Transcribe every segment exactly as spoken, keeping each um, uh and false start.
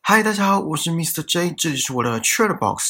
嗨，大家好，我是 Mister J， 这里是我的 Chatterbox。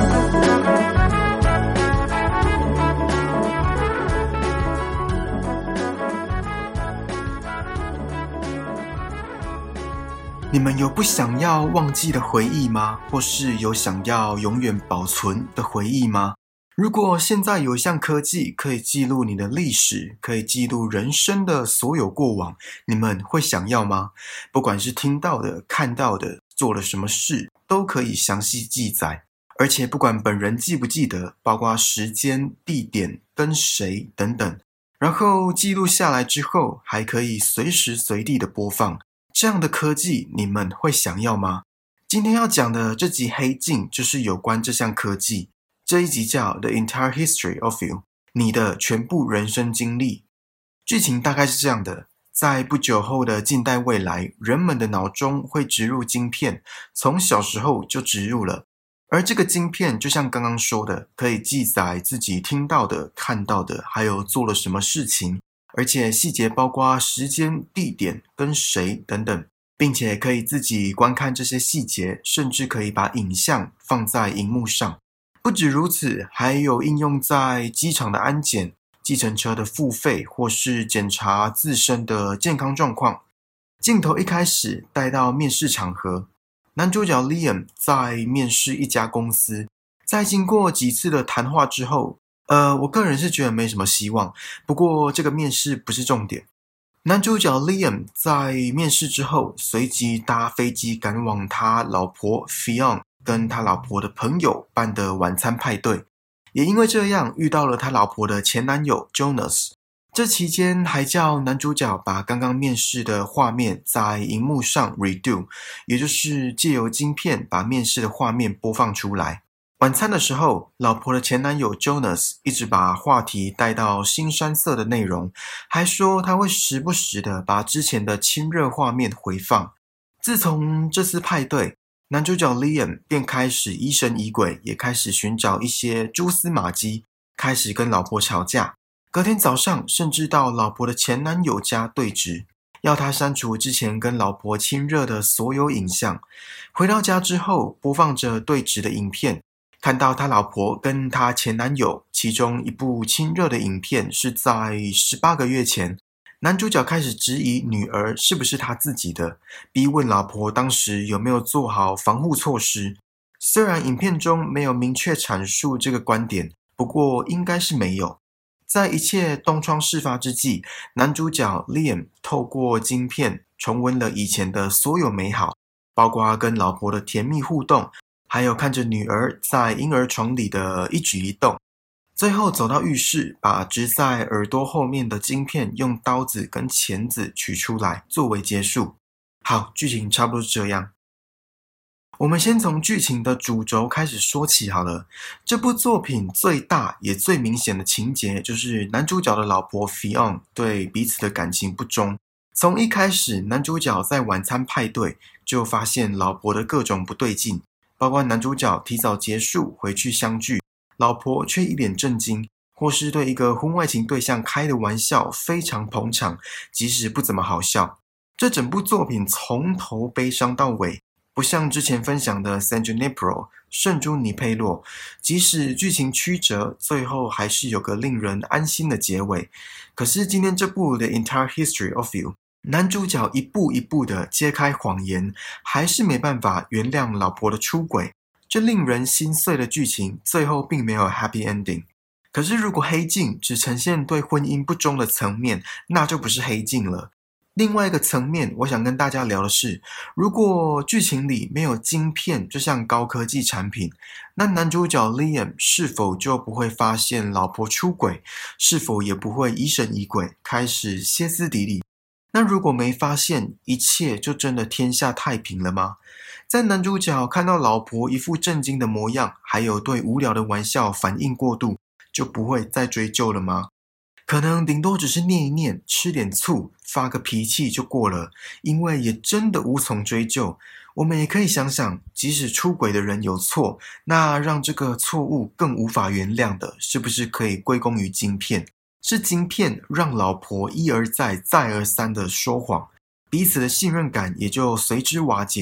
你们有不想要忘记的回忆吗？或是有想要永远保存的回忆吗？如果现在有一项科技可以记录你的历史，可以记录人生的所有过往，你们会想要吗？不管是听到的、看到的、做了什么事，都可以详细记载。而且不管本人记不记得，包括时间、地点、跟谁等等，然后记录下来之后，还可以随时随地的播放。这样的科技，你们会想要吗？今天要讲的这集黑镜就是有关这项科技。这一集叫 The Entire History of You， 你的全部人生经历。剧情大概是这样的，在不久后的近代未来，人们的脑中会植入晶片，从小时候就植入了。而这个晶片就像刚刚说的，可以记载自己听到的、看到的，还有做了什么事情，而且细节包括时间、地点、跟谁等等，并且可以自己观看这些细节，甚至可以把影像放在荧幕上。不止如此，还有应用在机场的安检、计程车的付费，或是检查自身的健康状况。镜头一开始带到面试场合，男主角 Liam 在面试一家公司，在经过几次的谈话之后，呃，我个人是觉得没什么希望，不过这个面试不是重点。男主角 Liam 在面试之后，随即搭飞机赶往他老婆 Fionn跟他老婆的朋友办的晚餐派对，也因为这样遇到了他老婆的前男友 Jonas。 这期间还叫男主角把刚刚面试的画面在荧幕上 redo， 也就是借由晶片把面试的画面播放出来。晚餐的时候，老婆的前男友 Jonas 一直把话题带到新山色的内容，还说他会时不时的把之前的亲热画面回放。自从这次派对，男主角 Liam 便开始疑神疑鬼，也开始寻找一些蛛丝马迹，开始跟老婆吵架。隔天早上，甚至到老婆的前男友家对质，要他删除之前跟老婆亲热的所有影像。回到家之后，播放着对质的影片，看到他老婆跟他前男友其中一部亲热的影片是在十八个月前。男主角开始质疑女儿是不是他自己的，逼问老婆当时有没有做好防护措施。虽然影片中没有明确阐述这个观点，不过应该是没有。在一切东窗事发之际，男主角 Liam 透过晶片重温了以前的所有美好，包括跟老婆的甜蜜互动，还有看着女儿在婴儿床里的一举一动。最后走到浴室，把植在耳朵后面的晶片用刀子跟钳子取出来作为结束。好，剧情差不多是这样。我们先从剧情的主轴开始说起好了。这部作品最大也最明显的情节就是男主角的老婆 Fionn 对彼此的感情不忠。从一开始，男主角在晚餐派对就发现老婆的各种不对劲，包括男主角提早结束回去相聚，老婆却一脸震惊，或是对一个婚外情对象开的玩笑非常捧场，即使不怎么好笑。这整部作品从头悲伤到尾，不像之前分享的 San Junipero 圣朱尼佩洛，即使剧情曲折，最后还是有个令人安心的结尾。可是今天这部 The Entire History of You， 男主角一步一步的揭开谎言，还是没办法原谅老婆的出轨。这令人心碎的剧情最后并没有 happy ending。 可是如果黑镜只呈现对婚姻不忠的层面，那就不是黑镜了。另外一个层面，我想跟大家聊的是，如果剧情里没有晶片这项高科技产品，那男主角 Liam 是否就不会发现老婆出轨，是否也不会疑神疑鬼，开始歇斯底里？那如果没发现，一切就真的天下太平了吗？在男主角看到老婆一副震惊的模样，还有对无聊的玩笑反应过度，就不会再追究了吗？可能顶多只是念一念，吃点醋，发个脾气就过了，因为也真的无从追究。我们也可以想想，即使出轨的人有错，那让这个错误更无法原谅的，是不是可以归功于晶片？是晶片让老婆一而再再而三的说谎，彼此的信任感也就随之瓦解。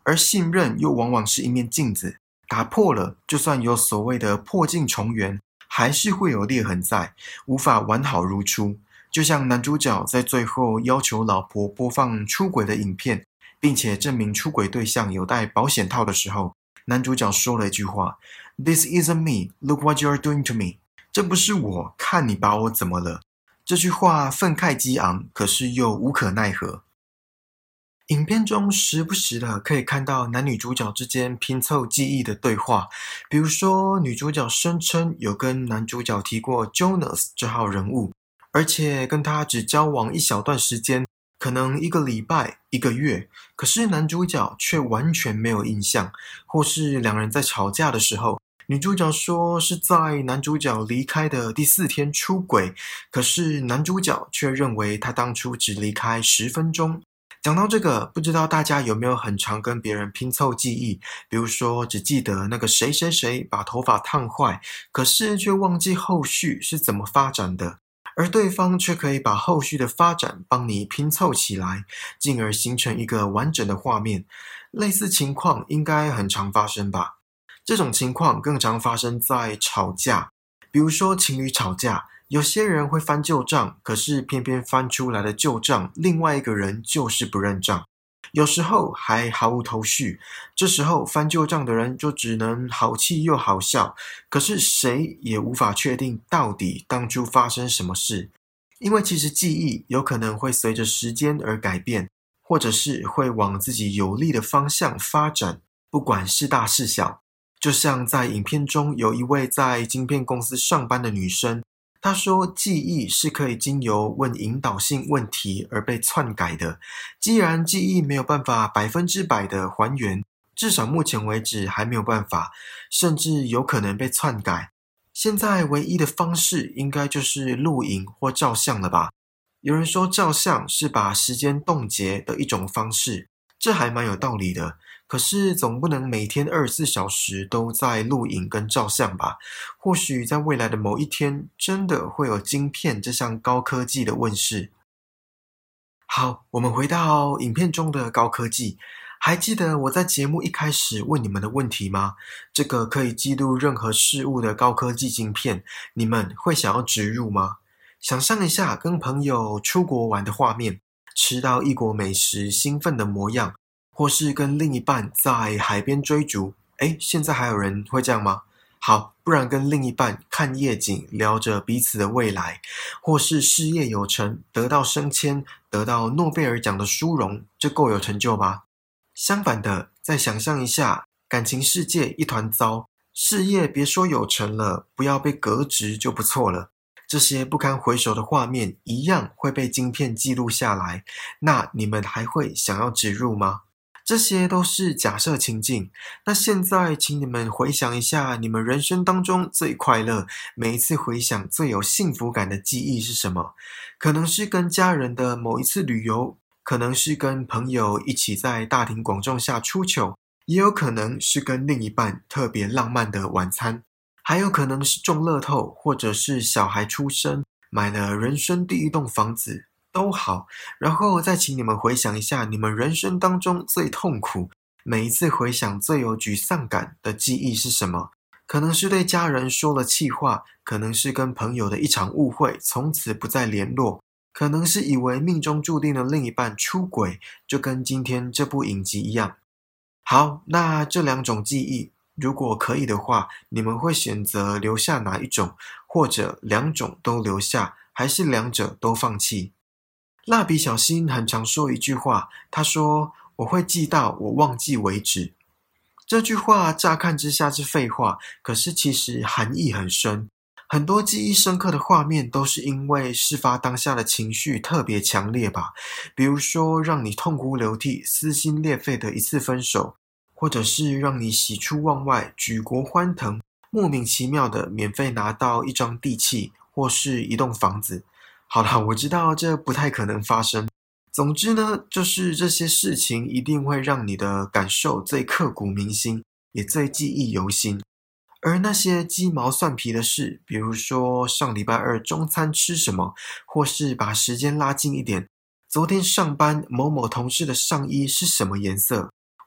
而信任又往往是一面镜子，打破了，就算有所谓的破镜重圆，还是会有裂痕在，无法完好如初。就像男主角在最后要求老婆播放出轨的影片，并且证明出轨对象有戴保险套的时候，男主角说了一句话 ：“This isn't me, look what you're doing to me。”这不是我，看你把我怎么了。这句话愤慨激昂，可是又无可奈何。影片中时不时的可以看到男女主角之间拼凑记忆的对话，比如说女主角声称有跟男主角提过 Jonas 这号人物，而且跟他只交往一小段时间，可能一个礼拜、一个月，可是男主角却完全没有印象，或是两人在吵架的时候，女主角说是在男主角离开的第四天出轨，可是男主角却认为他当初只离开十分钟。讲到这个，不知道大家有没有很常跟别人拼凑记忆，比如说只记得那个谁谁谁把头发烫坏，可是却忘记后续是怎么发展的，而对方却可以把后续的发展帮你拼凑起来，进而形成一个完整的画面。类似情况应该很常发生吧？这种情况更常发生在吵架，比如说情侣吵架，有些人会翻旧账，可是偏偏翻出来的旧账，另外一个人就是不认账，有时候还毫无头绪。这时候翻旧账的人就只能好气又好笑，可是谁也无法确定到底当初发生什么事，因为其实记忆有可能会随着时间而改变，或者是会往自己有利的方向发展，不管是大是小。就像在影片中有一位在晶片公司上班的女生，她说记忆是可以经由问引导性问题而被篡改的，既然记忆没有办法百分之百的还原，至少目前为止还没有办法，甚至有可能被篡改。现在唯一的方式应该就是录影或照相了吧？有人说照相是把时间冻结的一种方式，这还蛮有道理的。可是总不能每天二十四小时都在录影跟照相吧？或许在未来的某一天，真的会有晶片这项高科技的问世。好，我们回到影片中的高科技。还记得我在节目一开始问你们的问题吗？这个可以记录任何事物的高科技晶片，你们会想要植入吗？想象一下跟朋友出国玩的画面，吃到异国美食兴奋的模样，或是跟另一半在海边追逐。诶，现在还有人会这样吗？好，不然跟另一半看夜景，聊着彼此的未来，或是事业有成，得到升迁，得到诺贝尔奖的殊荣，这够有成就吧？相反的，再想象一下，感情世界一团糟，事业别说有成了，不要被革职就不错了。这些不堪回首的画面一样会被晶片记录下来，那你们还会想要植入吗？这些都是假设情境。那现在请你们回想一下，你们人生当中最快乐，每一次回想最有幸福感的记忆是什么？可能是跟家人的某一次旅游，可能是跟朋友一起在大庭广众下出糗，也有可能是跟另一半特别浪漫的晚餐，还有可能是中乐透，或者是小孩出生，买了人生第一栋房子，都好。然后再请你们回想一下，你们人生当中最痛苦，每一次回想最有沮丧感的记忆是什么？可能是对家人说了气话，可能是跟朋友的一场误会，从此不再联络，可能是以为命中注定的另一半出轨，就跟今天这部影集一样。好，那这两种记忆，如果可以的话，你们会选择留下哪一种？或者两种都留下，还是两者都放弃？蜡笔小新很常说一句话，他说：“我会记到我忘记为止。”这句话乍看之下是废话，可是其实含义很深。很多记忆深刻的画面都是因为事发当下的情绪特别强烈吧，比如说让你痛哭流涕、撕心裂肺的一次分手，或者是让你喜出望外、举国欢腾，莫名其妙的免费拿到一张地契或是一栋房子。好啦，我知道这不太可能发生。总之呢，就是这些事情一定会让你的感受最刻骨铭心，也最记忆犹新。而那些鸡毛蒜皮的事，比如说上礼拜二中餐吃什么，或是把时间拉近一点，昨天上班某某同事的上衣是什么颜色，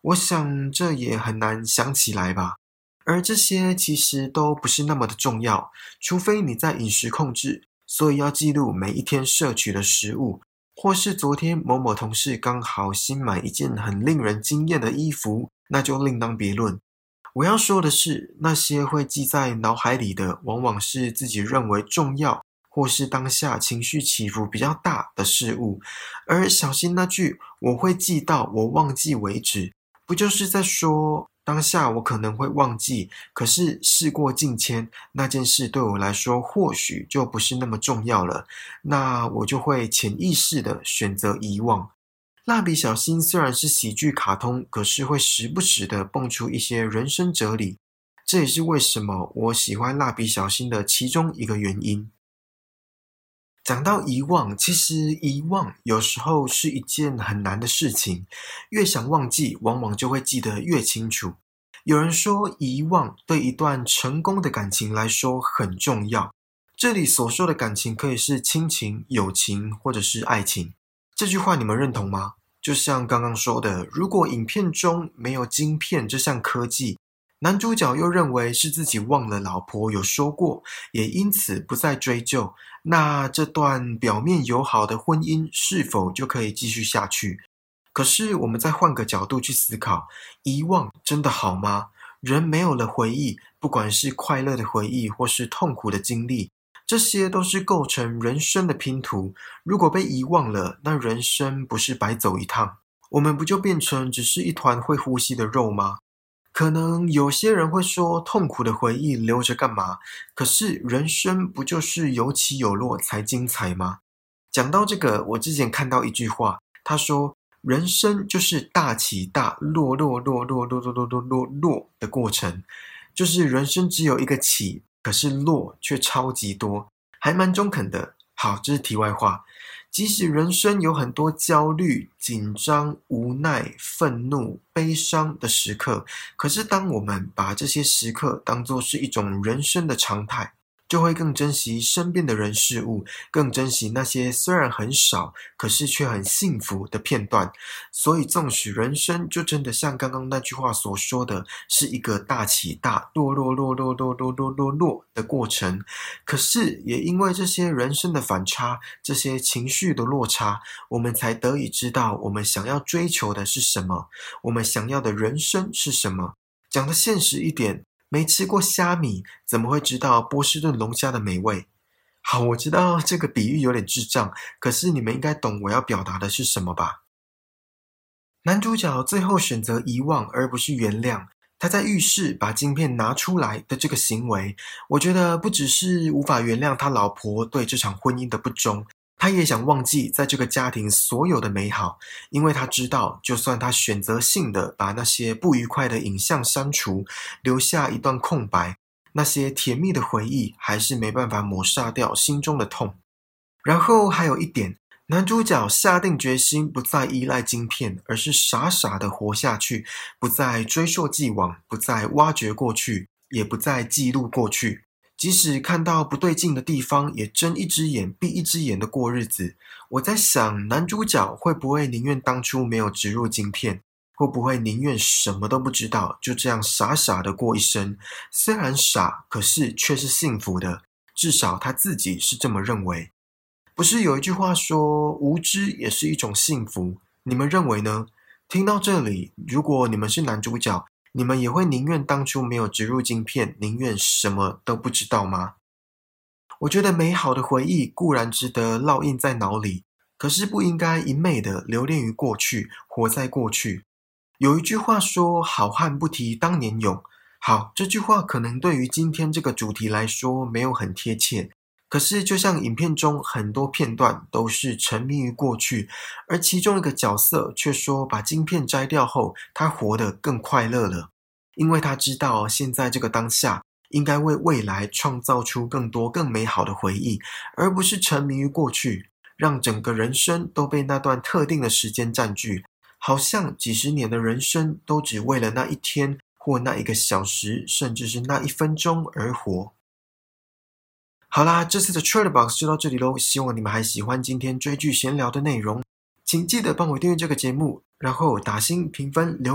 我想这也很难想起来吧。而这些其实都不是那么的重要，除非你在饮食控制，所以要记录每一天摄取的食物，或是昨天某某同事刚好新买一件很令人惊艳的衣服，那就另当别论。我要说的是，那些会记在脑海里的，往往是自己认为重要，或是当下情绪起伏比较大的事物。而小新那句“我会记到我忘记为止”，不就是在说当下我可能会忘记，可是事过境迁，那件事对我来说或许就不是那么重要了，那我就会潜意识的选择遗忘。蜡笔小新虽然是喜剧卡通，可是会时不时的蹦出一些人生哲理，这也是为什么我喜欢蜡笔小新的其中一个原因。讲到遗忘，其实遗忘有时候是一件很难的事情，越想忘记，往往就会记得越清楚。有人说，遗忘对一段成功的感情来说很重要。这里所说的感情可以是亲情、友情，或者是爱情。这句话你们认同吗？就像刚刚说的，如果影片中没有晶片这项科技，男主角又认为是自己忘了老婆有说过，也因此不再追究，那这段表面友好的婚姻是否就可以继续下去？可是我们再换个角度去思考，遗忘真的好吗？人没有了回忆，不管是快乐的回忆或是痛苦的经历，这些都是构成人生的拼图。如果被遗忘了，那人生不是白走一趟？我们不就变成只是一团会呼吸的肉吗？可能有些人会说，痛苦的回忆留着干嘛？可是人生不就是有起有落才精彩吗？讲到这个，我之前看到一句话，他说人生就是大起大落落落落落落落落落落的过程，就是人生只有一个起，可是落却超级多，还蛮中肯的。好，这是题外话。即使人生有很多焦虑、紧张、无奈、愤怒、悲伤的时刻，可是当我们把这些时刻当作是一种人生的常态，就会更珍惜身边的人事物，更珍惜那些虽然很少，可是却很幸福的片段。所以纵使人生就真的像刚刚那句话所说的，是一个大起大落落落落落落落落落的过程，可是也因为这些人生的反差，这些情绪的落差，我们才得以知道我们想要追求的是什么，我们想要的人生是什么。讲得现实一点，没吃过虾米，怎么会知道波士顿龙虾的美味？好，我知道这个比喻有点智障，可是你们应该懂我要表达的是什么吧？男主角最后选择遗忘而不是原谅，他在浴室把晶片拿出来的这个行为，我觉得不只是无法原谅他老婆对这场婚姻的不忠，他也想忘记在这个家庭所有的美好，因为他知道，就算他选择性的把那些不愉快的影像删除，留下一段空白，那些甜蜜的回忆还是没办法抹杀掉心中的痛。然后还有一点，男主角下定决心不再依赖晶片，而是傻傻的活下去，不再追溯既往，不再挖掘过去，也不再记录过去。即使看到不对劲的地方，也睁一只眼闭一只眼的过日子。我在想，男主角会不会宁愿当初没有植入晶片，会不会宁愿什么都不知道，就这样傻傻的过一生？虽然傻，可是却是幸福的，至少他自己是这么认为。不是有一句话说，无知也是一种幸福，你们认为呢？听到这里，如果你们是男主角，你们也会宁愿当初没有植入晶片，宁愿什么都不知道吗？我觉得美好的回忆固然值得烙印在脑里，可是不应该一昧的留恋于过去，活在过去。有一句话说，好汉不提当年勇。好，这句话可能对于今天这个主题来说没有很贴切，可是就像影片中很多片段都是沉迷于过去，而其中一个角色却说把晶片摘掉后，他活得更快乐了，因为他知道现在这个当下应该为未来创造出更多更美好的回忆，而不是沉迷于过去，让整个人生都被那段特定的时间占据，好像几十年的人生都只为了那一天或那一个小时，甚至是那一分钟而活。好啦，这次的 Trailer Box 就到这里咯，希望你们还喜欢今天追剧闲聊的内容，请记得帮我订阅这个节目，然后打星评分留言，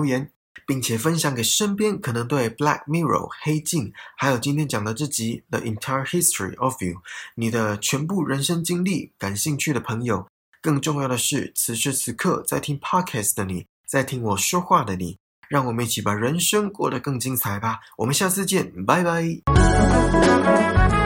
并且分享给身边可能对 Black Mirror 黑镜，还有今天讲的这集 The Entire History of You 你的全部人生经历感兴趣的朋友。更重要的是，此时此刻在听 Podcast 的你，在听我说话的你，让我们一起把人生过得更精彩吧。我们下次见，拜拜。